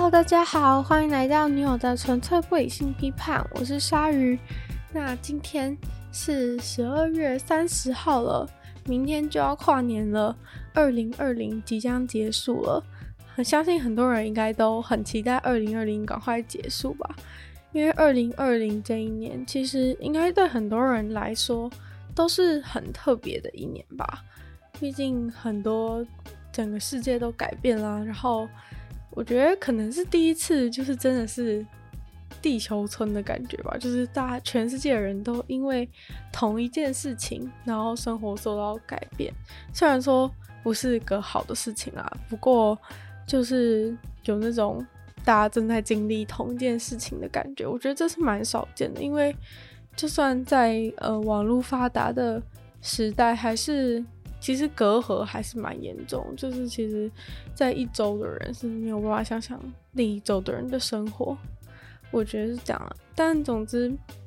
Hello， 大家好，欢迎来到女友的纯粹不理性批判，我是鲨鱼。那今天是12月30号了，明天就要跨年了，2020即将结束了。相信很多人应该都很期待2020赶快结束吧，因为2020这一年其实应该对很多人来说都是很特别的一年吧，毕竟很多整个世界都改变啦，然后我觉得可能是第一次就是真的是地球村的感觉吧，就是全世界的人都因为同一件事情然后生活受到改变，虽然说不是个好的事情啦，不过就是有那种大家正在经历同一件事情的感觉，我觉得这是蛮少见的，因为就算在网络发达的时代，还是其实隔阂还是蛮严重，就是其实在一周的人是没有办法想象另一周的人的生活，我觉得是这样啦。但总之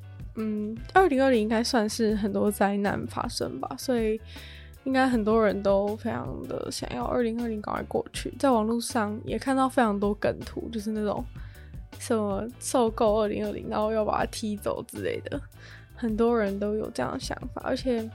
2020应该算是很多灾难发生吧，所以应该很多人都非常的想要2020赶快过去，在网络上也看到非常多梗图，就是那种什么受够2020然后要把它踢走之类的，很多人都有这样的想法。而且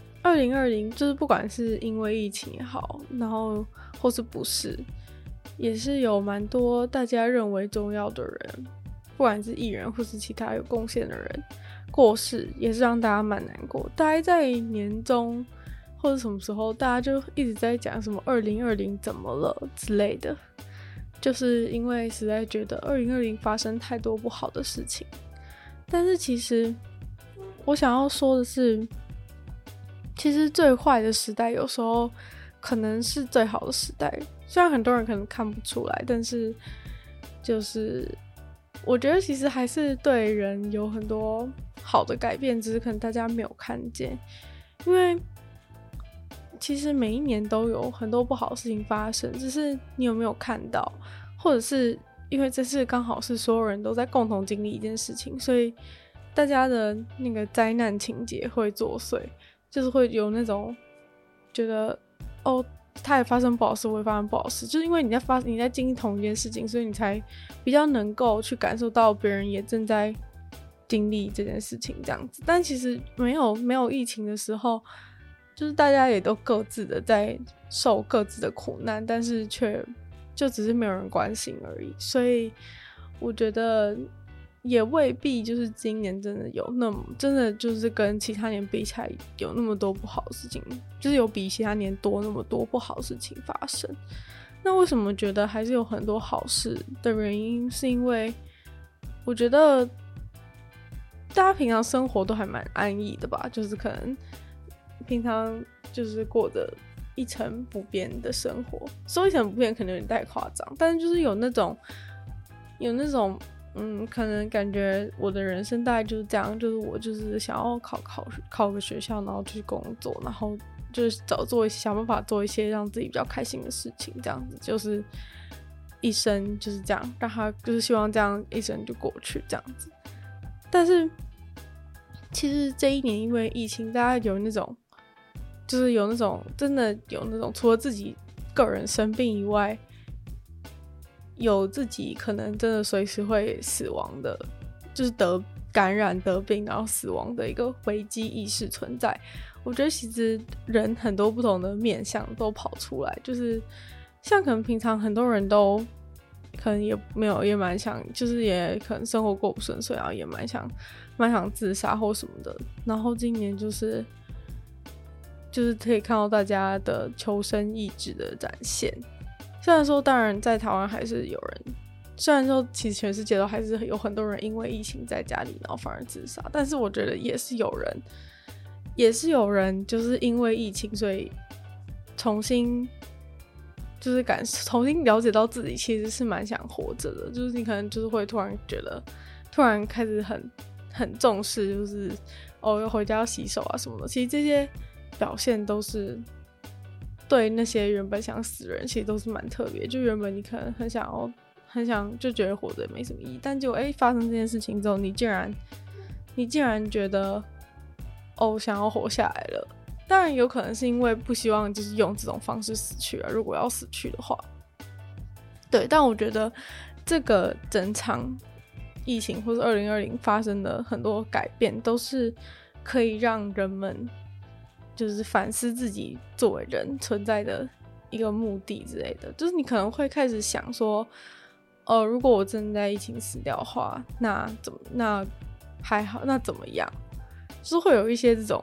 2020就是不管是因为疫情也好，然后或是不是，也是有蛮多大家认为重要的人，不管是艺人或是其他有贡献的人过世，也是让大家蛮难过。大概在年中或者什么时候，大家就一直在讲什么2020怎么了之类的，就是因为实在觉得2020发生太多不好的事情。但是其实我想要说的是，其实最坏的时代有时候可能是最好的时代，虽然很多人可能看不出来，但是就是我觉得其实还是对人有很多好的改变，只是可能大家没有看见。因为其实每一年都有很多不好的事情发生，只是你有没有看到，或者是因为这次刚好是所有人都在共同经历一件事情，所以大家的那个灾难情节会作祟，就是会有那种觉得哦，他也发生不好事，我也发生不好事，就是因为你在经历同一件事情，所以你才比较能够去感受到别人也正在经历这件事情这样子。但其实没有疫情的时候，就是大家也都各自的在受各自的苦难，但是却就只是没有人关心而已。所以我觉得也未必就是今年真的就是跟其他年比起来有那么多不好的事情，就是有比其他年多那么多不好的事情发生。那为什么觉得还是有很多好事的原因，是因为我觉得大家平常生活都还蛮安逸的吧，就是可能平常就是过着一成不变的生活，说一成不变可能有点太夸张，但是就是有那种可能感觉我的人生大概就是这样，就是我就是想要考个学校，然后去工作，然后就是想办法做一些让自己比较开心的事情，这样子就是一生就是这样，让他就是希望这样一生就过去这样子。但是其实这一年因为疫情，大家有那种真的有那种除了自己个人生病以外，有自己可能真的随时会死亡的，就是感染得病然后死亡的一个危机意识存在。我觉得其实人很多不同的面向都跑出来，就是像可能平常很多人都可能也蛮想，就是也可能生活过不顺遂，然后也蛮想自杀或什么的。然后今年就是可以看到大家的求生意志的展现。虽然说当然在台湾还是有人，虽然说其实全世界都还是有很多人因为疫情在家里然后反而自杀，但是我觉得也是有人就是因为疫情所以重新了解到自己其实是蛮想活着的，就是你可能就是会突然开始很重视，就是要回家要洗手啊什么的。其实这些表现都是对那些原本想死的人其实都是蛮特别，就原本你可能很想就觉得活着也没什么意义，但就发生这件事情之后，你竟然觉得想要活下来了。当然有可能是因为不希望就是用这种方式死去啊，如果要死去的话。对，但我觉得这个整场疫情或是2020发生的很多改变，都是可以让人们就是反思自己作为人存在的一个目的之类的。就是你可能会开始想说，如果我真的在疫情死掉的话，那还好，那怎么样？就是会有一些这种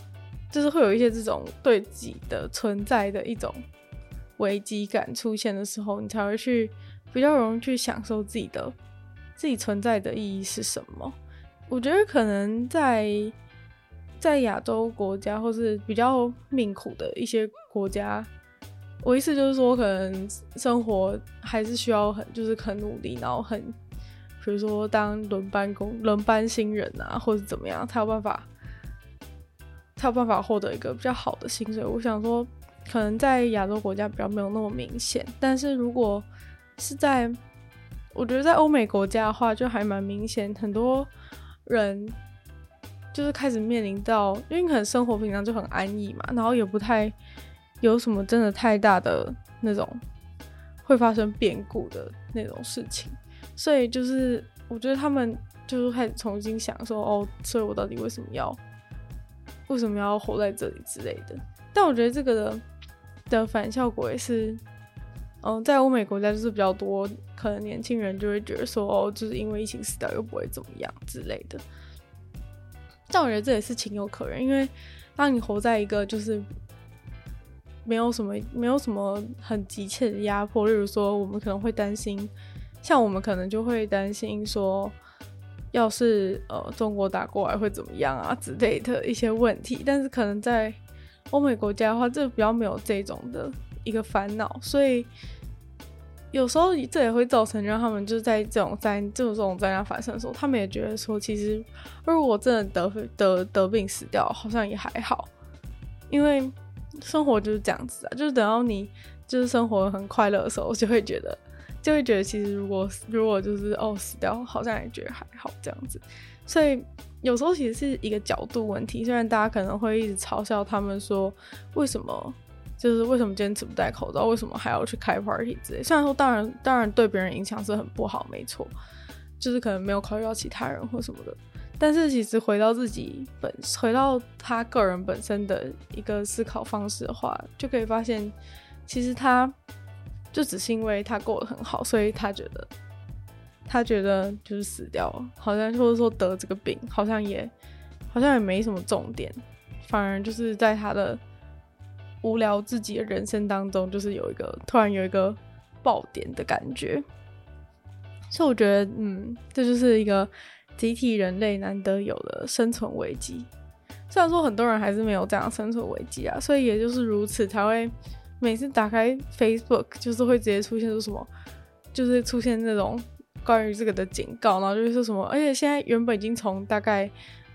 对自己的存在的一种危机感出现的时候，你才会去比较容易去享受自己存在的意义是什么。我觉得可能在亚洲国家或是比较命苦的一些国家，我意思就是说可能生活还是需要就是很努力，然后比如说当轮班新人啊，或者怎么样，他有办法获得一个比较好的薪水。我想说可能在亚洲国家比较没有那么明显，但是如果是我觉得在欧美国家的话就还蛮明显，很多人就是开始面临到，因为可能生活平常就很安逸嘛，然后也不太有什么真的太大的那种会发生变故的那种事情，所以就是我觉得他们就是开始重新想说，所以我到底为什么要活在这里之类的。但我觉得这个的反效果也是在欧美国家就是比较多，可能年轻人就会觉得说，就是因为疫情死掉又不会怎么样之类的。但我觉得这也是情有可原，因为当你活在一个就是没有什么很急切的压迫，例如说我们可能会担心，像我们可能就会担心说，要是中国打过来会怎么样啊之类的一些问题。但是可能在欧美国家的话，这比较没有这种的一个烦恼，所以有时候这也会造成让他们就是在这种灾难发生的时候，他们也觉得说，其实如果我真的得病死掉，好像也还好，因为生活就是这样子啊，就是等到你就是生活很快乐的时候，就会觉得其实如果就是死掉，好像也觉得还好这样子。所以有时候其实是一个角度问题，虽然大家可能会一直嘲笑他们说为什么坚持不戴口罩，为什么还要去开 party 之类。虽然说当然对别人影响是很不好，没错，就是可能没有考虑到其他人或什么的。但是其实回到他个人本身的一个思考方式的话，就可以发现，其实他就只是因为他过得很好，所以他觉得就是死掉了，好像或者说得这个病，好像也没什么重点，反而就是在他的无聊自己的人生当中，就是突然有一个爆点的感觉。所以我觉得这就是一个集体人类难得有的生存危机。虽然说很多人还是没有这样生存危机啊，所以也就是如此才会每次打开 Facebook 就是会直接出现说什么，就是出现那种关于这个的警告，然后就是说什么，而且现在原本已经从大概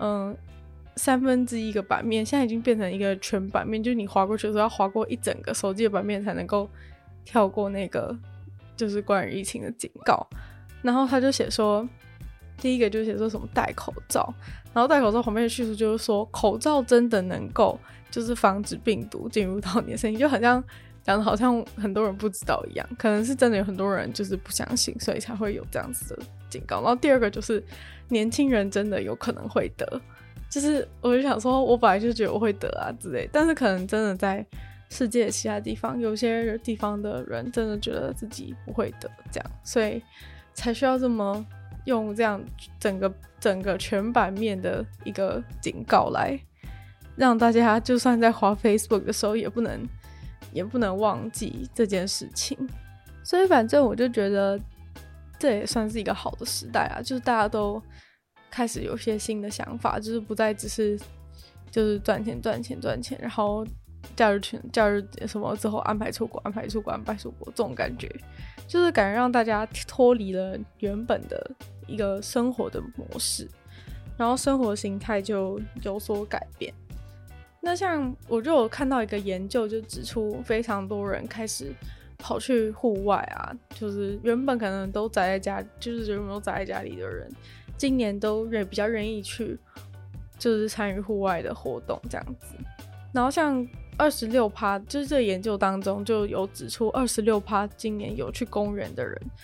1/3个版面，现在已经变成一个全版面，就是你滑过去的时候要滑过一整个手机的版面才能够跳过那个就是关于疫情的警告。然后他就写说，第一个就写说什么戴口罩，然后戴口罩旁边的叙述就是说，口罩真的能够就是防止病毒进入到你的身体，就很像讲的好像很多人不知道一样，可能是真的有很多人就是不相信，所以才会有这样子的警告。然后第二个就是年轻人真的有可能会得，就是我就想说，我本来就觉得我会得啊之类，但是可能真的在世界其他地方，有些地方的人真的觉得自己不会得，这样，所以才需要这么用这样整个全版面的一个警告来让大家就算在滑 Facebook 的时候也不能忘记这件事情。所以反正我就觉得这也算是一个好的时代啊，就是大家都开始有些新的想法，就是不再只是就是赚钱，然后假日什么之后安排出国这种感觉，就是感觉让大家脱离了原本的一个生活的模式，然后生活形态就有所改变。那像我就有看到一个研究，就指出非常多人开始跑去户外啊，就是原本可能都宅在家，就是原本都宅在家里的人，今年都比较愿意去就是参与户外的活动这样子。然后像26%，就是这个研究当中就有指出26%今年有去公园的人，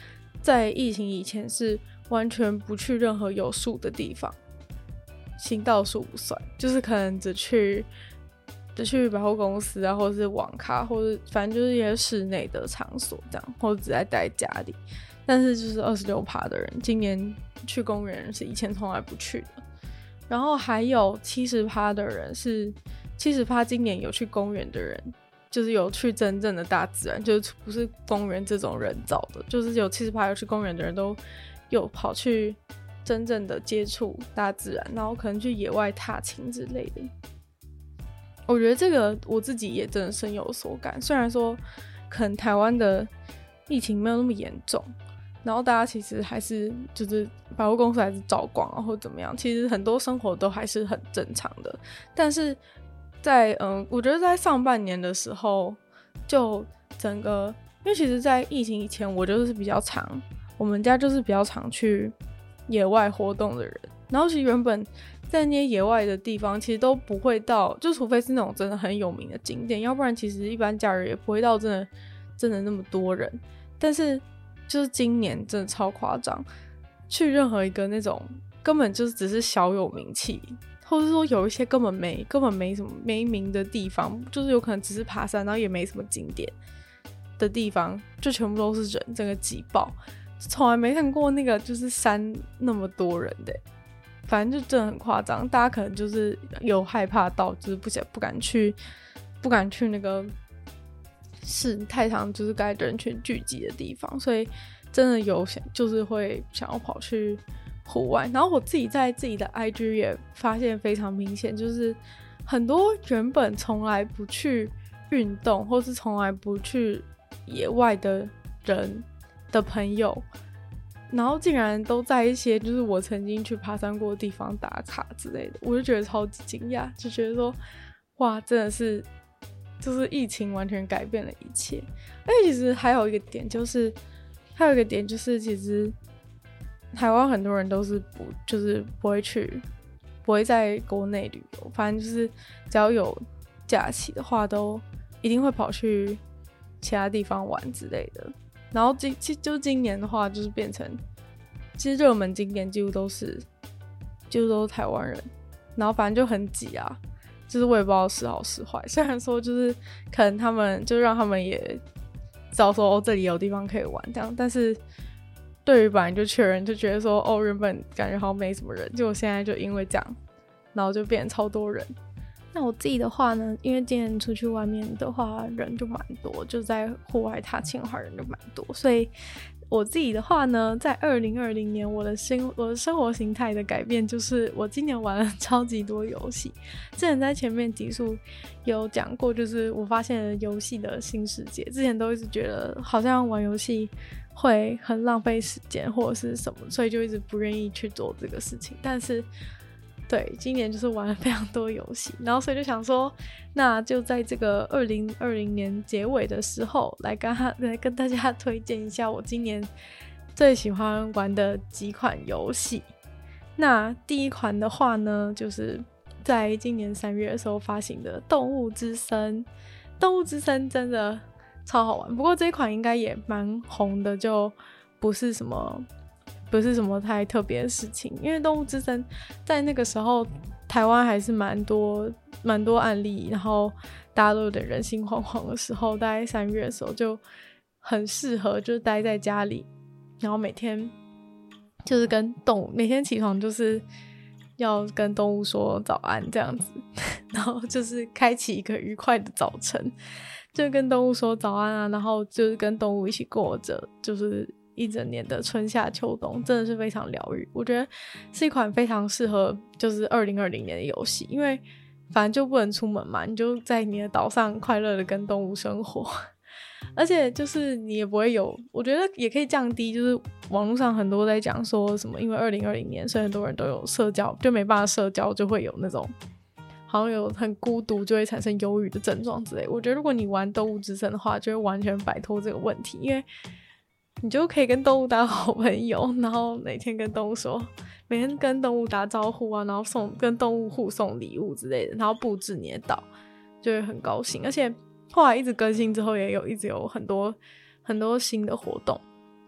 在疫情以前是完全不去任何有树的地方，行道树不算，就是可能只去百货公司啊，或者是网咖，或者反正就是一些室内的场所这样，或者只在待家里。但是就是26%的人今年去公园是以前从来不去的，然后还有70%的人是70%今年有去公园的人，就是有去真正的大自然，就是不是公园这种人造的，就是有70%有去公园的人都有跑去真正的接触大自然，然后可能去野外踏青之类的。我觉得这个我自己也真的深有所感，虽然说可能台湾的疫情没有那么严重，然后大家其实还是就是百货公司还是照逛啊，或者怎么样，其实很多生活都还是很正常的。但是在我觉得在上半年的时候，就整个因为其实在疫情以前我就是比较常，我们家就是比较常去野外活动的人，然后其实原本在那些野外的地方其实都不会到，就除非是那种真的很有名的景点，要不然其实一般假日也不会到真的那么多人。但是就是今年真的超夸张，去任何一个那种根本就是只是小有名气，或者说有一些根本没什么没名的地方，就是有可能只是爬山，然后也没什么景点的地方，就全部都是人，整个挤爆，从来没看过那个就是山那么多人的。反正就真的很夸张，大家可能就是有害怕到，就是不敢去那个是太常就是该人群聚集的地方，所以真的有就是会想要跑去户外。然后我自己在自己的 IG 也发现非常明显，就是很多原本从来不去运动或是从来不去野外的人的朋友，然后竟然都在一些就是我曾经去爬山过的地方打卡之类的，我就觉得超级惊讶，就觉得说哇，真的是就是疫情完全改变了一切。而且其实还有一个点就是，其实台湾很多人都是不会在国内旅游，反正就是只要有假期的话，都一定会跑去其他地方玩之类的。然后就今年的话，就是变成其实热门景点几乎都是台湾人，然后反正就很挤啊，就是我也不知道是好是坏。虽然说就是可能他们就让他们也知道说这里有地方可以玩这样，但是对于本来就去的人就觉得说原本感觉好像没什么人，结果现在就因为这样，然后就变成超多人。那我自己的话呢，因为今年出去外面的话人就蛮多，就在户外踏青的话人就蛮多，所以我自己的话呢，在2020年我的生活形态的改变就是我今年玩了超级多游戏。之前在前面集数有讲过，就是我发现了游戏的新世界，之前都一直觉得好像玩游戏会很浪费时间或者是什么，所以就一直不愿意去做这个事情。但是对，今年就是玩了非常多游戏，然后所以就想说，那就在这个2020年结尾的时候，来跟大家推荐一下我今年最喜欢玩的几款游戏。那第一款的话呢，就是在今年3月的时候发行的《动物之森》。《动物之森》真的超好玩，不过这一款应该也蛮红的，就不是什么太特别的事情，因为动物之森在那个时候台湾还是蛮多案例，然后大家都有点人心惶惶的时候，大概3月的时候就很适合就是待在家里，然后每天就是跟动物，每天起床就是要跟动物说早安这样子然后就是开启一个愉快的早晨，就跟动物说早安啊，然后就是跟动物一起过着就是一整年的春夏秋冬，真的是非常疗愈。我觉得是一款非常适合就是2020年的游戏，因为反正就不能出门嘛，你就在你的岛上快乐的跟动物生活而且就是你也不会有，我觉得也可以降低，就是网络上很多在讲说什么因为2020年所以很多人都有社交就没办法社交，就会有那种好像有很孤独就会产生忧郁的症状之类。我觉得如果你玩动物之森的话，就会完全摆脱这个问题，因为你就可以跟动物当好朋友，然后每天跟动物打招呼啊，然后跟动物互送礼物之类的，然后布置你的岛，就会很高兴。而且后来一直更新之后，也一直有很多新的活动。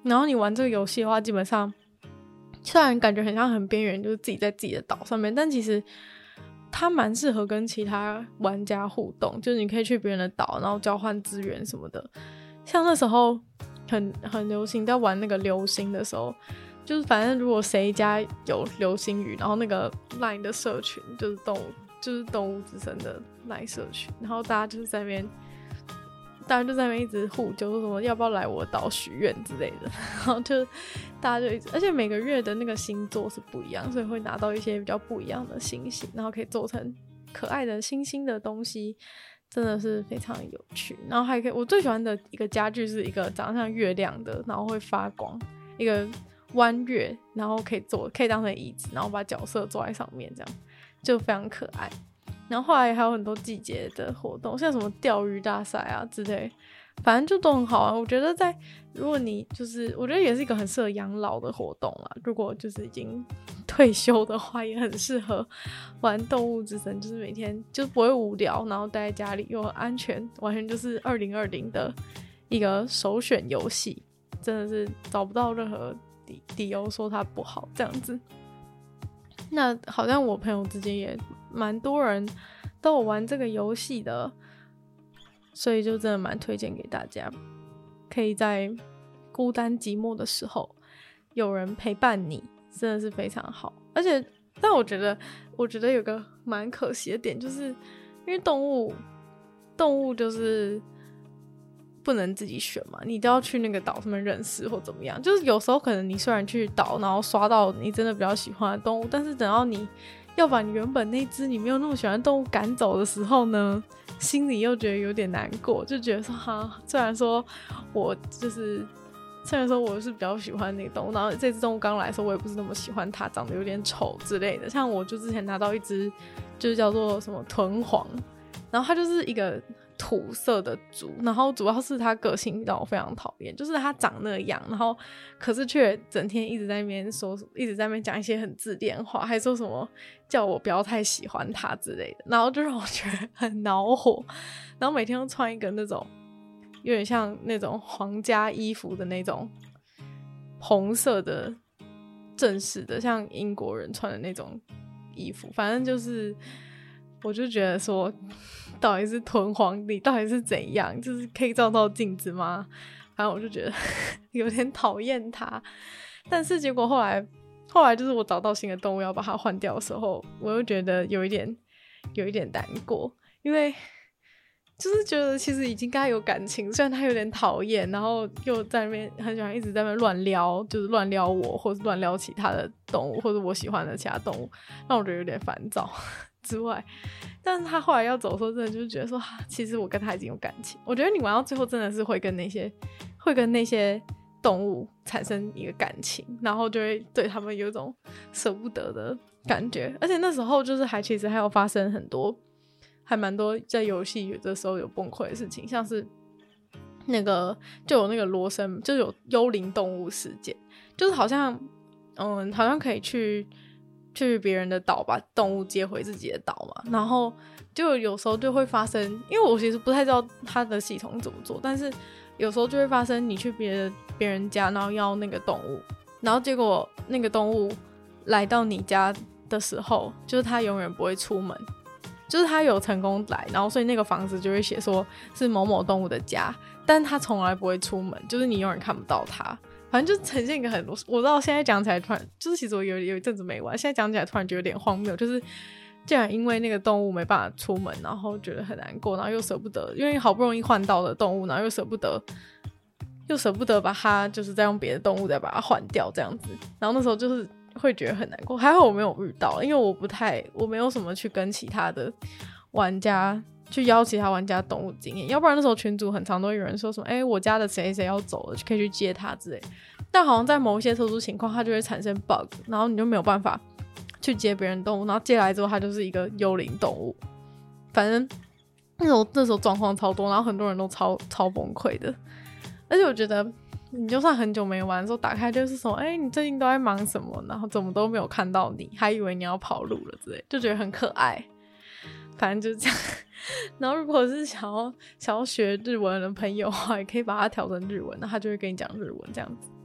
然后你玩这个游戏的话，基本上虽然感觉很像很边缘，就是自己在自己的岛上面，但其实它蛮适合跟其他玩家互动，就是你可以去别人的岛，然后交换资源什么的。像那时候很流行在玩那个流星的时候，就是反正如果谁家有流星雨，然后那个 LINE 的社群就是动物之声的 LINE 社群，然后大家就在那边一直互揪，说什么要不要来我的岛许愿之类的，然后就大家就一直，而且每个月的那个星座是不一样，所以会拿到一些比较不一样的星星，然后可以做成可爱的星星的东西，真的是非常有趣。然后还可以，我最喜欢的一个家具是一个长得像月亮的，然后会发光，一个弯月，然后可以当成椅子，然后把角色坐在上面，这样就非常可爱。然后后来还有很多季节的活动，像什么钓鱼大赛啊之类，反正就都很好玩。我觉得如果你就是我觉得也是一个很适合养老的活动啦，如果就是已经退休的话，也很适合玩动物之声，就是每天就不会无聊，然后待在家里又很安全，完全就是2020的一个首选游戏，真的是找不到任何理由说它不好这样子。那好像我朋友之间也蛮多人都有玩这个游戏的，所以就真的蛮推荐给大家，可以在孤单寂寞的时候有人陪伴你，真的是非常好。而且但我觉得有个蛮可惜的点，就是因为动物就是不能自己选嘛，你都要去那个岛上面认识或怎么样，就是有时候可能你虽然去岛然后刷到你真的比较喜欢的动物，但是等到你要把你原本那只你没有那么喜欢的动物赶走的时候呢，心里又觉得有点难过，就觉得说虽然说我是比较喜欢那个动物，然后这只动物刚来的时候我也不是那么喜欢它，长得有点丑之类的。像我就之前拿到一只就是叫做什么豚黄，然后它就是一个土色的猪，然后主要是它个性让我非常讨厌，就是它长那样，然后可是却整天一直在那边讲一些很自恋话，还说什么叫我不要太喜欢它之类的，然后就让我觉得很恼火。然后每天都穿一个那种有点像那种皇家衣服的那种红色的正式的像英国人穿的那种衣服，反正就是我就觉得说到底是豚黄你到底是怎样，就是可以照到镜子吗？反正我就觉得有点讨厌它。但是结果后来就是我找到新的动物要把它换掉的时候，我又觉得有一点难过，因为就是觉得其实已经跟他有感情，虽然他有点讨厌，然后又在那边很喜欢一直在那边乱撩，就是乱撩我或是乱撩其他的动物或者我喜欢的其他动物，让我觉得有点烦躁之外，但是他后来要走的时候，真的就是觉得说其实我跟他已经有感情。我觉得你玩到最后真的是会跟那些动物产生一个感情，然后就会对他们有一种舍不得的感觉。而且那时候就是其实还有发生还蛮多在游戏有的时候有崩溃的事情，像是就有那个罗生，就有幽灵动物事件，就是好像可以去别人的岛把动物接回自己的岛嘛，然后就有时候就会发生，因为我其实不太知道它的系统怎么做，但是有时候就会发生你去别人家然后要那个动物，然后结果那个动物来到你家的时候，就是它永远不会出门，就是他有成功来，然后所以那个房子就会写说是某某动物的家，但他从来不会出门，就是你永远看不到他。反正就呈现一个我知道现在讲起来突然就是其实我有一阵子没玩，现在讲起来突然觉得有点荒谬，就是竟然因为那个动物没办法出门，然后觉得很难过，然后又舍不得，因为好不容易换到的动物，然后又舍不得把它就是再用别的动物再把它换掉这样子，然后那时候就是会觉得很难过。还好我没有遇到，因为我没有什么去跟其他的玩家去邀其他玩家动物经验，要不然那时候群组很常都有人说什么我家的谁谁要走了，就可以去接他之类，但好像在某一些特殊情况它就会产生 bug， 然后你就没有办法去接别人动物，然后接来之后它就是一个幽灵动物。反正那时候状况超多，然后很多人都超崩溃的。而且我觉得你就算很久没玩的时候打开就是说你最近都在忙什么，然后怎么都没有看到你，还以为你要跑路了之类，就觉得很可爱。反正就是这样。然后如果是想要学日文的朋友的话，也可以把它调成日文，那他就会跟你讲日文，这样子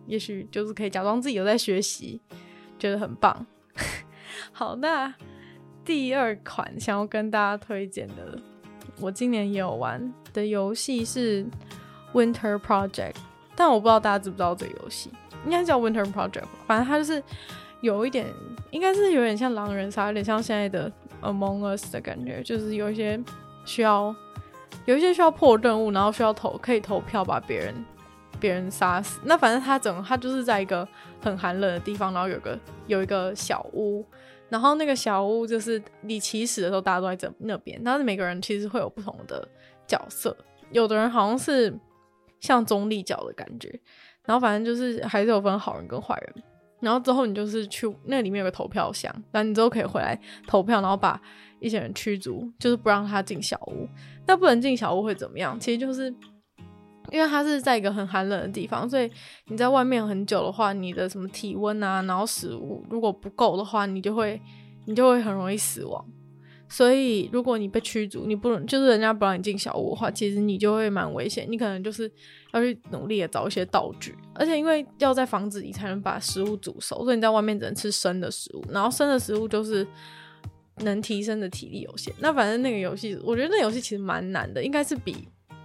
也许就是可以假装自己有在学习，觉得很棒。好，那第二款想要跟大家推荐的，我今年也有玩的游戏是 Winter Project， 但我不知道大家知不知道这个游戏，应该叫 Winter Project， 反正它就是有一点，应该是有点像狼人杀，有点像现在的 Among Us 的感觉，就是有一些需要破任务，然后需要可以投票把别人杀死。那反正它就是在一个很寒冷的地方，然后有一个小屋，然后那个小屋就是你起始的时候大家都在那边，然后每个人其实会有不同的角色，有的人好像是像中立角的感觉，然后反正就是还是有分好人跟坏人。然后之后你就是去那里面有个投票箱，然后你之后可以回来投票，然后把一些人驱逐，就是不让他进小屋。那不能进小屋会怎么样？其实就是因为它是在一个很寒冷的地方，所以你在外面很久的话，你的什么体温啊，然后食物如果不够的话，你就会很容易死亡。所以如果你被驱逐，你不能就是人家不让你进小屋的话，其实你就会蛮危险，你可能就是要去努力的找一些道具，而且因为要在房子里才能把食物煮熟，所以你在外面只能吃生的食物，然后生的食物就是能提升的体力有限。那反正那个游戏，我觉得那游戏其实蛮难的，应该是比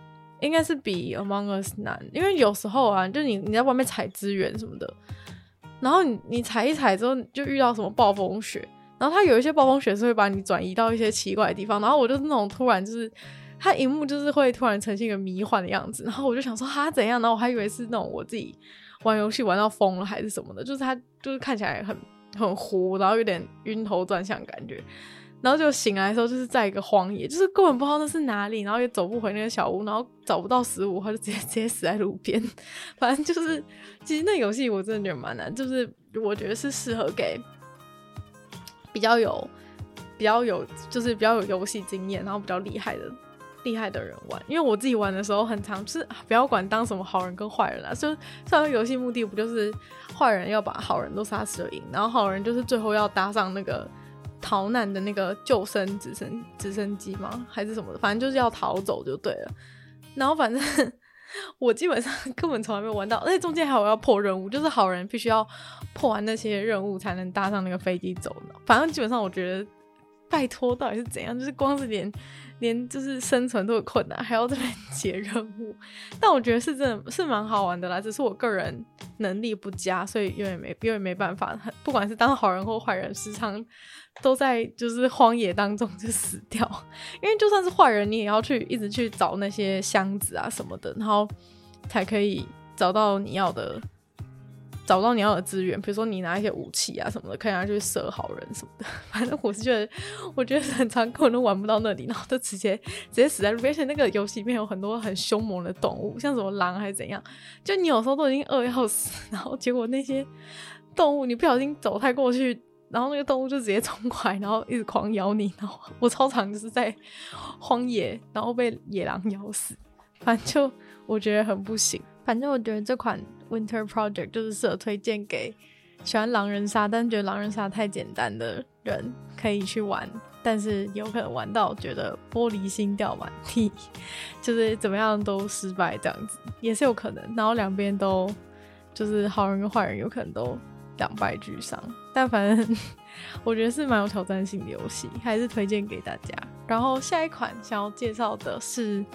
Among Us 难，因为有时候啊，就你在外面采资源什么的，然后你采一采之后就遇到什么暴风雪，然后它有一些暴风雪是会把你转移到一些奇怪的地方，然后我就是那种突然就是它萤幕就是会突然呈现一个迷幻的样子，然后我就想说哈怎样，然后我还以为是那种我自己玩游戏玩到疯了还是什么的，就是它就是看起来很糊，然后有点晕头转向的感觉，然后就醒来的时候就是在一个荒野，就是根本不知道那是哪里，然后也走不回那个小屋，然后找不到食物，他就直接死在路边。反正就是其实那游戏我真的觉得蛮难，就是我觉得是适合给比较有就是比较有游戏经验，然后比较厉害的人玩。因为我自己玩的时候很常就是不要管当什么好人跟坏人啦，就上游戏目的不就是坏人要把好人都杀死了赢，然后好人就是最后要搭上那个逃难的那个救生直升机吗还是什么的，反正就是要逃走就对了。然后反正我基本上根本从来没有玩到，而且中间还有要破任务，就是好人必须要破完那些任务才能搭上那个飞机走呢。反正基本上我觉得拜托到底是怎样，就是光是连就是生存都有困难，还要这边解任务。但我觉得是真的是蛮好玩的啦，只是我个人能力不佳，所以永远没办法，不管是当好人或坏人时常都在就是荒野当中就死掉。因为就算是坏人你也要一直去找那些箱子啊什么的，然后才可以找到你要的资源，比如说你拿一些武器啊什么的，可以拿去射好人什么的。反正我觉得很常根本都玩不到那里，然后就直接死在路边。而且那个游戏里面有很多很凶猛的动物，像什么狼还是怎样，就你有时候都已经饿要死，然后结果那些动物你不小心走太过去，然后那个动物就直接冲过来，然后一直狂咬你。然后我超常就是在荒野然后被野狼咬死，反正就我觉得很不行。反正我觉得这款 Winter Project 就是适合推荐给喜欢狼人杀但觉得狼人杀太简单的人可以去玩，但是有可能玩到觉得玻璃心掉满地，就是怎么样都失败这样子也是有可能，然后两边都就是好人跟坏人有可能都两败俱伤。但反正我觉得是蛮有挑战性的游戏，还是推荐给大家。然后下一款想要介绍的是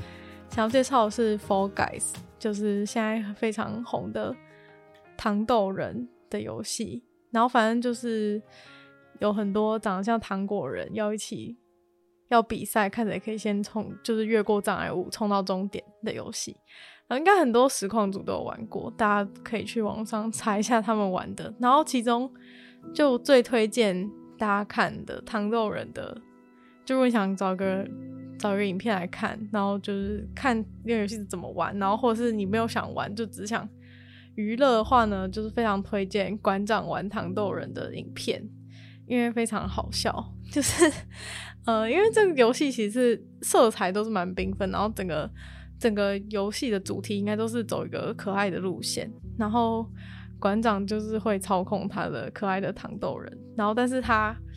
Fall Guys， 就是现在非常红的糖豆人的游戏。然后反正就是有很多长得像糖果人要比赛，看谁可以先就是越过障碍物冲到终点的游戏。然后应该很多实况组都有玩过，大家可以去网上查一下他们玩的。然后其中就最推荐大家看的糖豆人的，就如果你想找个影片来看，然后就是看那个游戏是怎么玩，然后或者是你没有想玩就只想娱乐的话呢，就是非常推荐馆长玩糖豆人的影片，因为非常好笑。就是因为这个游戏其实是色彩都是蛮缤纷，然后整个游戏的主题应该都是走一个可爱的路线，然后馆长就是会操控他的可爱的糖豆人，然后但是他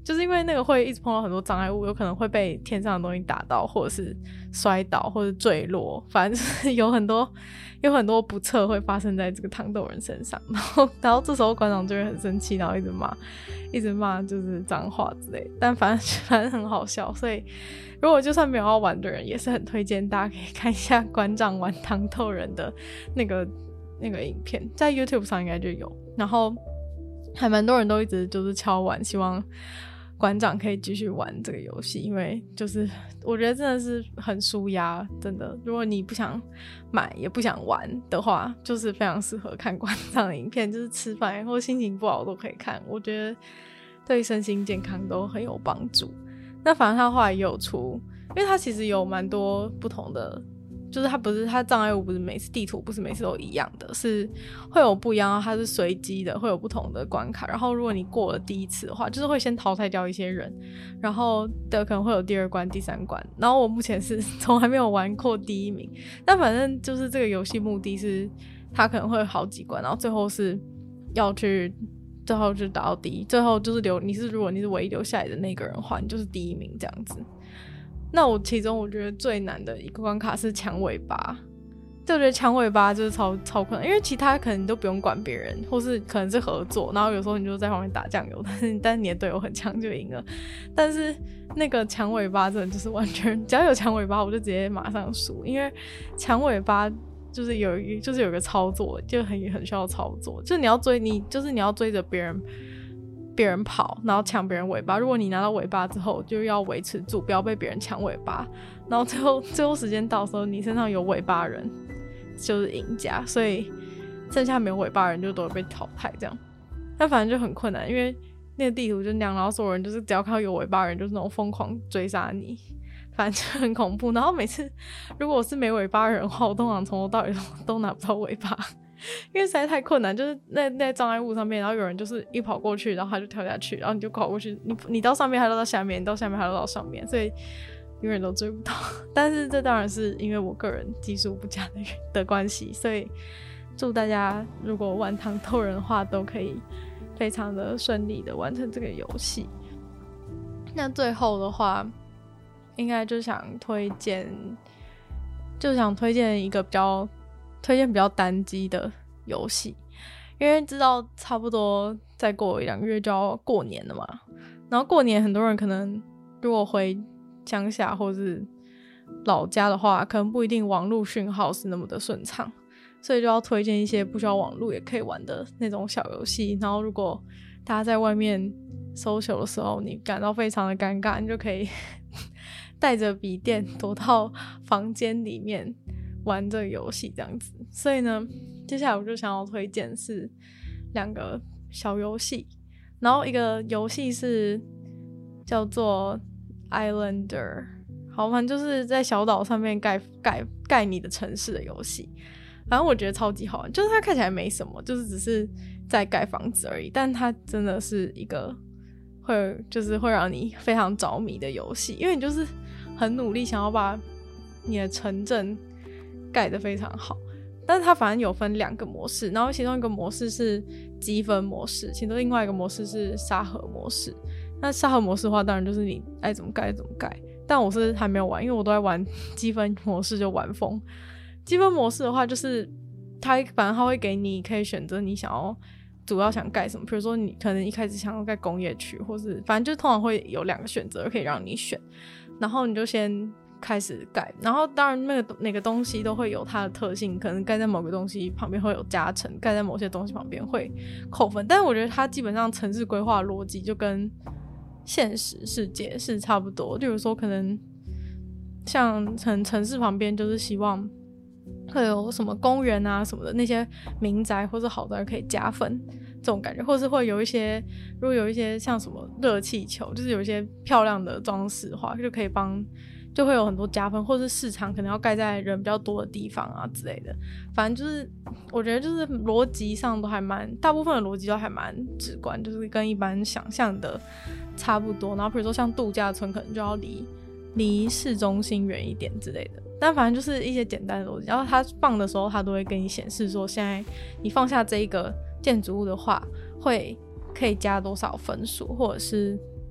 就是因为那个会一直碰到很多障碍物，有可能会被天上的东西打到，或者是摔倒，或者坠落，反正就是有很多不测会发生在这个糖豆人身上。然后这时候馆长就会很生气，然后一直骂就是脏话之类的，但反正很好笑。所以如果就算没有要玩的人，也是很推荐大家可以看一下馆长玩糖豆人的那个影片，在 YouTube 上应该就有。然后还蛮多人都一直就是敲碗，希望馆长可以继续玩这个游戏，因为就是我觉得真的是很舒压，真的。如果你不想买也不想玩的话，就是非常适合看馆长的影片，就是吃饭或心情不好都可以看，我觉得对身心健康都很有帮助。那反正他后来也有出，因为他其实有蛮多不同的，就是他障碍物不是每次地图不是每次都一样的，是会有不一样，它是随机的，会有不同的关卡。然后如果你过了第一次的话，就是会先淘汰掉一些人，然后可能会有第二关第三关。然后我目前是从来没有玩过第一名，但反正就是这个游戏目的是它可能会有好几关，然后最后是要去最后就打到第一，最后就是如果你是唯一留下来的那个人的话，你就是第一名这样子。那其中我觉得最难的一个关卡是抢尾巴，就觉得抢尾巴就是超困难，因为其他可能你都不用管别人，或是可能是合作，然后有时候你就在旁边打酱油，但是你的队友很强就赢了。但是那个抢尾巴真的就是完全只要有抢尾巴我就直接马上输，因为抢尾巴就是有一个操作就很需要操作，就是你要追着别人跑，然后抢别人尾巴。如果你拿到尾巴之后，就要维持住，不要被别人抢尾巴。然后最后时间到的时候，你身上有尾巴的人就是赢家，所以剩下没有尾巴的人就都会被淘汰这样。但反正就很困难，因为那个地图就那样，然后所有人就是只要看到有尾巴的人，就是那种疯狂追杀你，反正就很恐怖。然后每次如果我是没尾巴的人的话，我通常从头到尾都拿不到尾巴。因为实在太困难，就是在障碍物上面，然后有人就是一跑过去，然后他就跳下去，然后你就跑过去，你到上面还都到下面，你到下面还都到上面，所以永远都追不到。但是这当然是因为我个人技术不佳的关系，所以祝大家如果玩糖豆人的话，都可以非常的顺利的完成这个游戏。那最后的话，应该就想推荐一个比较单机的游戏，因为知道差不多再过1-2个月就要过年了嘛，然后过年很多人可能如果回乡下或是老家的话，可能不一定网络讯号是那么的顺畅，所以就要推荐一些不需要网络也可以玩的那种小游戏。然后如果大家在外面 social 的时候你感到非常的尴尬，你就可以带着笔电躲到房间里面玩这个游戏这样子。所以呢，接下来我就想要推荐是2个小游戏，然后一个游戏是叫做 Islander， 好，反正就是在小岛上面盖你的城市的游戏。反正我觉得超级好玩，就是它看起来没什么，就是只是在盖房子而已，但它真的是一个会让你非常着迷的游戏，因为你就是很努力想要把你的城镇盖得非常好。但是它反正有分2个模式，然后其中一个模式是积分模式，其中另外一个模式是沙盒模式。那沙盒模式的话，当然就是你爱怎么盖怎么盖，但我是还没有玩，因为我都在玩积分模式就玩疯。积分模式的话，就是反正它会给你可以选择你主要想盖什么，比如说你可能一开始想要盖工业区，或是反正就通常会有2个选择可以让你选，然后你就先开始盖，然后当然每个东西都会有它的特性，可能盖在某个东西旁边会有加成，盖在某些东西旁边会扣分。但是我觉得它基本上城市规划逻辑就跟现实世界是差不多，例如说可能像城市旁边就是希望会有什么公园啊什么的，那些民宅或是豪宅可以加分这种感觉，或是会有一些如果有一些像什么热气球，就是有一些漂亮的装饰的话，就会有很多加分，或是市场可能要盖在人比较多的地方啊之类的。反正就是我觉得就是逻辑上都大部分的逻辑都还蛮直观，就是跟一般想象的差不多。然后比如说像度假村可能就要离市中心远一点之类的，但反正就是一些简单的逻辑。然后它放的时候它都会跟你显示说现在你放下这一个建筑物的话可以加多少分数，或者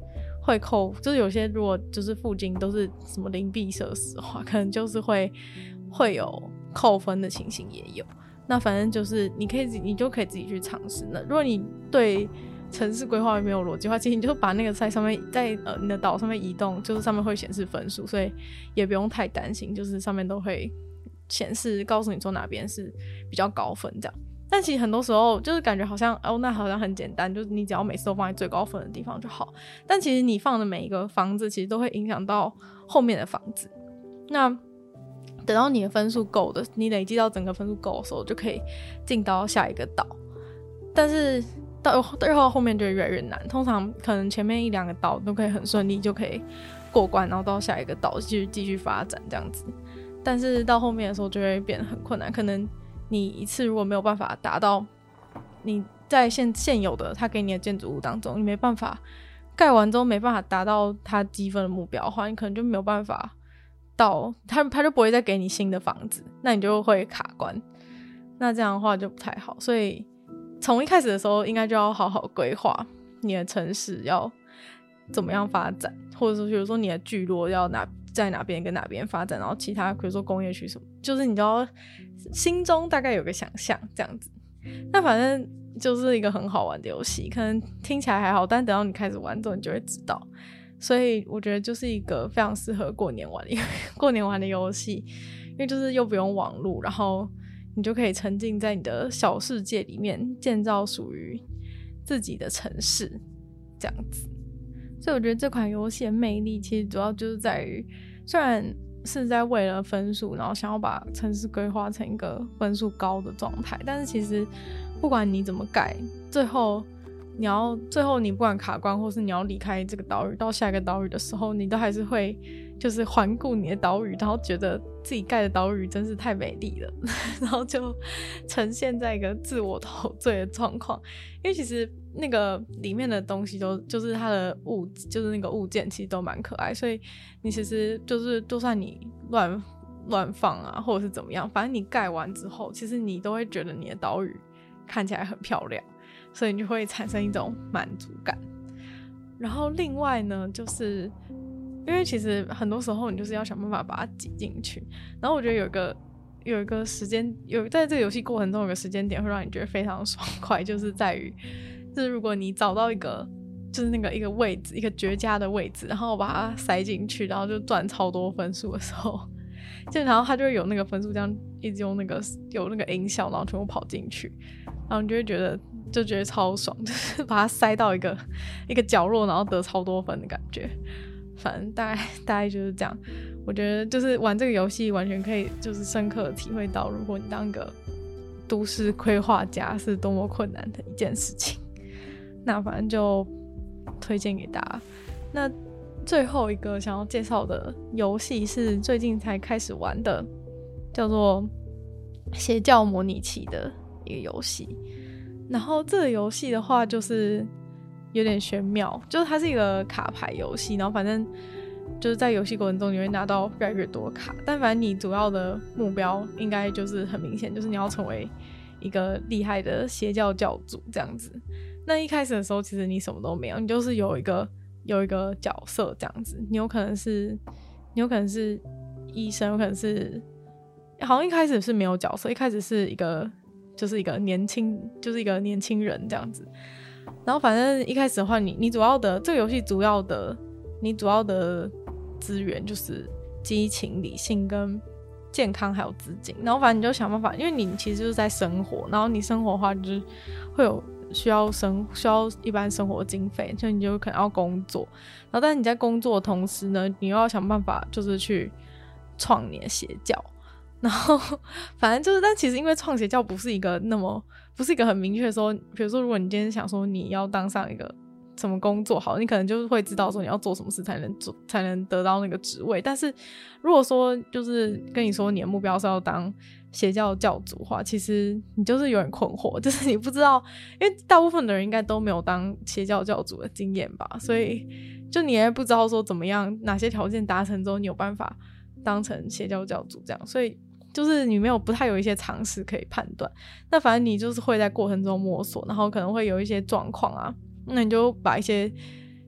会扣，就是有些如果就是附近都是什么邻避设施的话，可能就是会有扣分的情形也有。那反正就是你就可以自己去尝试。那如果你对城市规划没有逻辑的话，其实你就把那个在上面你的岛上面移动，就是上面会显示分数，所以也不用太担心，就是上面都会显示告诉你说哪边是比较高分这样。但其实很多时候就是感觉好像那好像很简单，就是你只要每次都放在最高分的地方就好，但其实你放的每一个房子其实都会影响到后面的房子。那等到你的分数够的，你累积到整个分数够的时候，就可以进到下一个岛。但是到后面就会越来越难，通常可能前面1-2个岛都可以很顺利就可以过关，然后到下一个岛继续发展这样子。但是到后面的时候就会变得很困难，可能你一次如果没有办法达到你在现有的他给你的建筑物当中，你没办法盖完之后没办法达到他积分的目标的话，你可能就没有办法到他就不会再给你新的房子，那你就会卡关，那这样的话就不太好。所以从一开始的时候应该就要好好规划你的城市要怎么样发展，或者说比如说你的聚落要在哪边跟哪边发展，然后其他比如说工业区什么，就是你都要心中大概有个想象这样子。那反正就是一个很好玩的游戏，可能听起来还好，但等到你开始玩之后你就会知道。所以我觉得就是一个非常适合过年玩的游戏，因为就是又不用网路，然后你就可以沉浸在你的小世界里面，建造属于自己的城市这样子。所以我觉得这款游戏的魅力其实主要就是在于，虽然是在为了分数然后想要把城市规划成一个分数高的状态，但是其实不管你怎么改，最后你不管卡关或是你要离开这个岛屿到下一个岛屿的时候，你都还是会就是环顾你的岛屿，然后觉得自己盖的岛屿真是太美丽了然后就呈现在一个自我陶醉的状况。因为其实那个里面的东西就是它的就是那个物件其实都蛮可爱，所以你其实就是就算你乱放啊或者是怎么样，反正你盖完之后其实你都会觉得你的岛屿看起来很漂亮，所以你就会产生一种满足感。然后另外呢，就是因为其实很多时候你就是要想办法把它挤进去，然后我觉得有一个时间在这个游戏过程中有个时间点会让你觉得非常爽快，就是在于就是如果你找到一个就是那个一个位置，一个绝佳的位置，然后把它塞进去，然后就赚超多分数的时候，然后它就会有那个分数这样一直有那个音效，然后全部跑进去，然后你就会觉得超爽，就是把它塞到一个角落，然后得超多分的感觉。反正大概就是这样。我觉得就是玩这个游戏完全可以就是深刻的体会到，如果你当个都市规划家是多么困难的一件事情。那反正就推荐给大家。那最后一个想要介绍的游戏是最近才开始玩的，叫做邪教模拟器的一个游戏。然后这个游戏的话就是有点玄妙，就是它是一个卡牌游戏，然后反正就是在游戏过程中你会拿到越来越多卡，但反正你主要的目标应该就是很明显，就是你要成为一个厉害的邪教教主这样子。那一开始的时候其实你什么都没有，你就是有一个角色这样子，你有可能是医生，有可能是好像一开始是没有角色，一开始是一个年轻人这样子。然后反正一开始的话你主要的这个游戏主要的资源就是激情、理性跟健康还有资金，然后反正你就想办法，因为你其实就是在生活，然后你生活的话就是会有需要一般生活经费，所以你就可能要工作，然后但是你在工作的同时呢，你又要想办法就是去创你的邪教。然后反正就是但其实因为创邪教不是一个很明确说，比如说如果你今天想说你要当上一个什么工作好，你可能就会知道说你要做什么事才能得到那个职位。但是如果说就是跟你说你的目标是要当邪教教主的话，其实你就是有点困惑，就是你不知道，因为大部分的人应该都没有当邪教教主的经验吧，所以就你也不知道说怎么样哪些条件达成之后你有办法当成邪教教主这样，所以就是你不太有一些常识可以判断。那反正你就是会在过程中摸索，然后可能会有一些状况啊，那你就把一些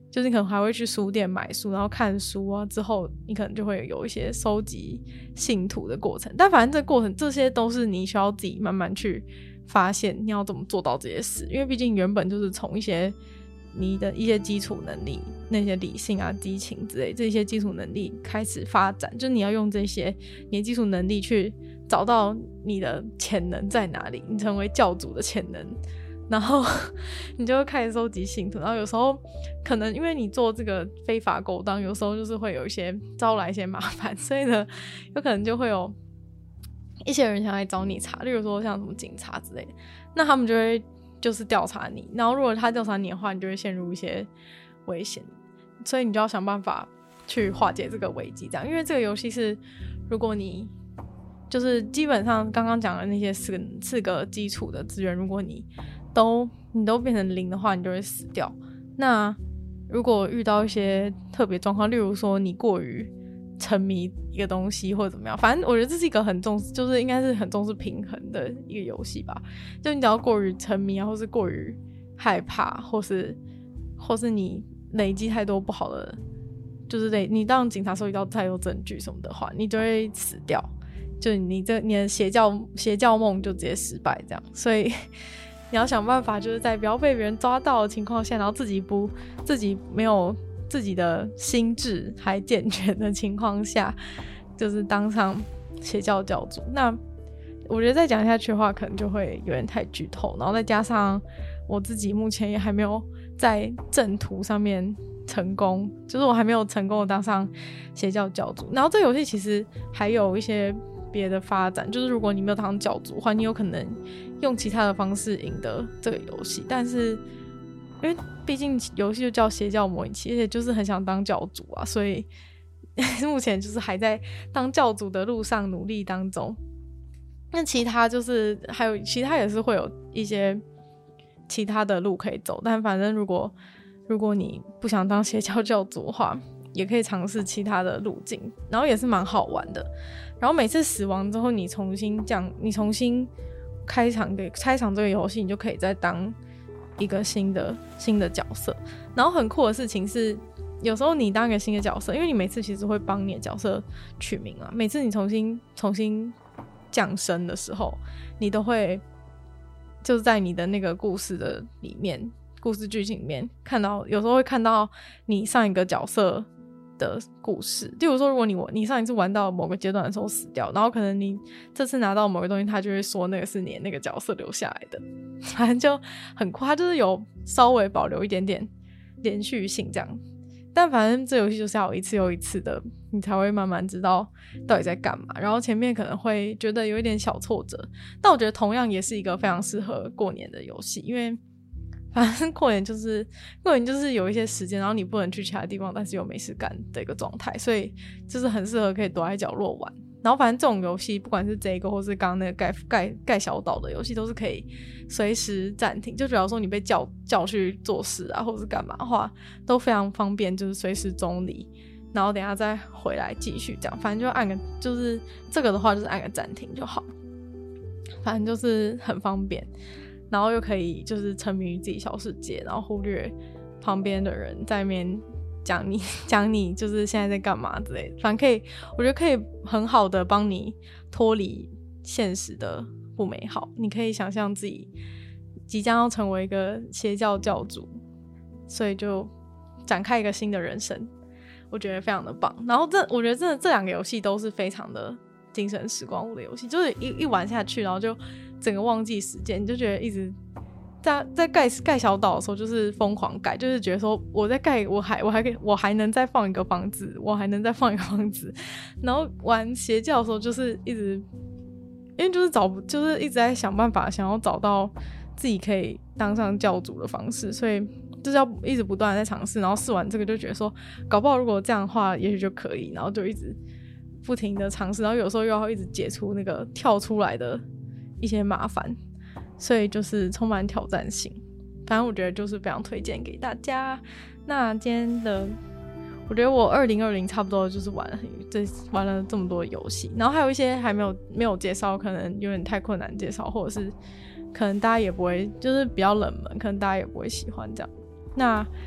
就是你可能还会去书店买书，然后看书啊，之后你可能就会有一些收集信徒的过程。但反正这个过程这些都是你需要自己慢慢去发现你要怎么做到这些事，因为毕竟原本就是从一些你的一些基础能力，那些理性啊激情之类这些基础能力开始发展，就你要用这些你的基础能力去找到你的潜能在哪里，你成为教主的潜能，然后你就会开始收集信徒。然后有时候可能因为你做这个非法勾当，有时候就是会有一些招来一些麻烦，所以呢有可能就会有一些人想来找你查，例如说像什么警察之类的，那他们就会就是调查你，然后如果他调查你的话，你就会陷入一些危险，所以你就要想办法去化解这个危机，这样。因为这个游戏是如果你就是基本上刚刚讲的那些四个基础的资源，如果你都变成零的话，你就会死掉。那如果遇到一些特别状况，例如说你过于沉迷一个东西或者怎么样，反正我觉得这是一个很重视，就是应该是很重视平衡的一个游戏吧。就你只要过于沉迷啊，或是过于害怕，或是你累积太多不好的，就是你当警察收集到太多证据什么的话，你就会死掉，就你的邪教梦就直接失败这样。所以你要想办法，就是在不要被别人抓到的情况下，然后自己没有自己的心智还健全的情况下，就是当上邪教教主。那我觉得再讲下去的话可能就会有点太剧透，然后再加上我自己目前也还没有在正途上面成功，就是我还没有成功的当上邪教教主。然后这个游戏其实还有一些别的发展，就是如果你没有当教主的话，你有可能用其他的方式赢得这个游戏，但是因为毕竟游戏就叫邪教模拟器，而且就是很想当教主啊，所以目前就是还在当教主的路上努力当中。那其他就是还有其他也是会有一些其他的路可以走，但反正如果你不想当邪教教主的话，也可以尝试其他的路径，然后也是蛮好玩的。然后每次死亡之后，你重新开场这个游戏，你就可以再当一个新的角色。然后很酷的事情是，有时候你当一个新的角色，因为你每次其实会帮你的角色取名啊，每次你重新降生的时候，你都会就是在你的那个故事的里面，故事剧情里面看到，有时候会看到你上一个角色的故事。例如说如果你上一次玩到某个阶段的时候死掉，然后可能你这次拿到某个东西，他就会说那个是你的那个角色留下来的，反正就很酷，他就是有稍微保留一点点连续性这样。但反正这游戏就是要一次又一次的，你才会慢慢知道到底在干嘛，然后前面可能会觉得有一点小挫折，但我觉得同样也是一个非常适合过年的游戏，因为反正过年就是有一些时间，然后你不能去其他地方，但是又没事干的一个状态，所以就是很适合可以躲在角落玩。然后反正这种游戏不管是这个或是刚刚那个盖小岛的游戏，都是可以随时暂停，就比方说你被叫去做事啊或者是干嘛的话，都非常方便，就是随时中离，然后等一下再回来继续这样。反正就按个，就是这个的话就是按个暂停就好，反正就是很方便，然后又可以就是沉迷于自己小世界，然后忽略旁边的人在那边讲你就是现在在干嘛之类的。反正我觉得可以很好的帮你脱离现实的不美好，你可以想象自己即将要成为一个邪教教主，所以就展开一个新的人生，我觉得非常的棒。然后我觉得真的这两个游戏都是非常的精神时光屋的游戏，就是一玩下去然后就整个忘记时间，你就觉得一直在盖小岛的时候就是疯狂盖，就是觉得说我在盖，我还能再放一个房子，我还能再放一个房子。然后玩邪教的时候就是一直因为就是一直在想办法想要找到自己可以当上教主的方式，所以就是要一直不断的在尝试，然后试完这个就觉得说搞不好如果这样的话也许就可以，然后就一直不停的尝试，然后有时候又要一直解除那个跳出来的一些麻烦，所以就是充满挑战性。反正我觉得就是非常推荐给大家。那今天的我觉得我2020差不多就是玩了这么多游戏，然后还有一些还没有介绍，可能有点太困难介绍，或者是可能大家也不会，就是比较冷门，可能大家也不会喜欢这样。那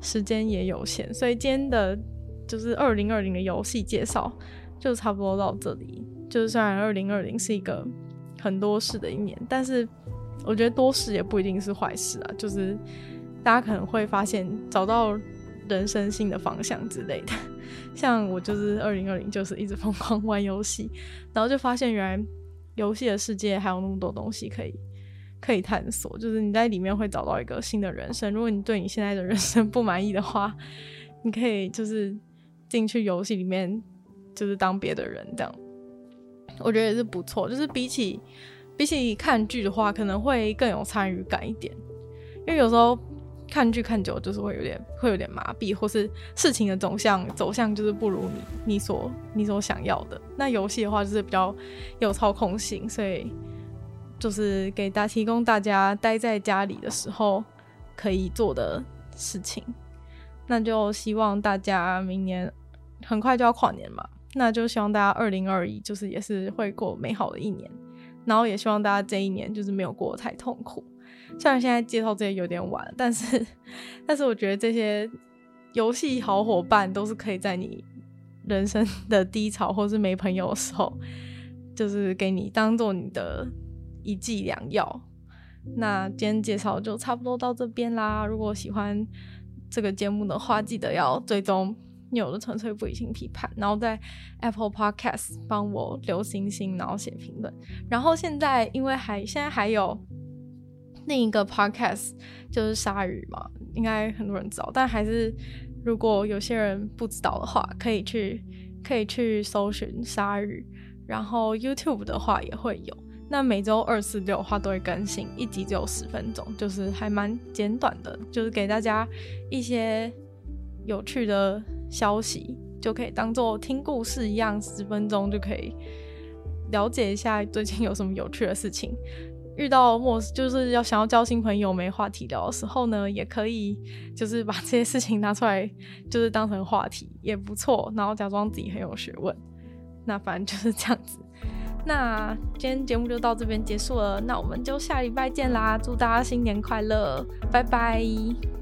时间也有限，所以今天的就是2020的游戏介绍就差不多到这里。就是虽然2020是一个很多事的一年，但是我觉得多事也不一定是坏事啊，就是大家可能会发现找到人生新的方向之类的。像我就是2020就是一直疯狂玩游戏，然后就发现原来游戏的世界还有那么多东西可以探索，就是你在里面会找到一个新的人生。如果你对你现在的人生不满意的话，你可以就是进去游戏里面就是当别的人，这样我觉得也是不错。就是比起看剧的话可能会更有参与感一点，因为有时候看剧看久就是会有点麻痹，或是事情的走向就是不如你所想要的。那游戏的话就是比较有操控性，所以就是提供大家待在家里的时候可以做的事情。那就希望大家明年很快就要跨年嘛，那就希望大家2021就是也是会过美好的一年，然后也希望大家这一年就是没有过得太痛苦。虽然现在介绍这些有点晚，但是我觉得这些游戏好伙伴都是可以在你人生的低潮或是没朋友的时候就是给你当做你的一剂良药。那今天介绍就差不多到这边啦。如果喜欢这个节目的话，记得要追踪Neo的纯粹不理性批判，然后在 Apple Podcast 帮我留星星，然后写评论。然后现在因为现在还有另一个 podcast 就是鲨鱼嘛，应该很多人知道，但还是如果有些人不知道的话，可以去搜寻鲨鱼。然后 YouTube 的话也会有，那每周2、4、6的话都会更新，一集只有10分钟，就是还蛮简短的，就是给大家一些有趣的消息，就可以当做听故事一样，10分钟就可以了解一下最近有什么有趣的事情。遇到就是想要交新朋友没话题聊的时候呢，也可以就是把这些事情拿出来就是当成话题也不错，然后假装自己很有学问。那反正就是这样子。那今天节目就到这边结束了，那我们就下礼拜见啦，祝大家新年快乐，拜拜。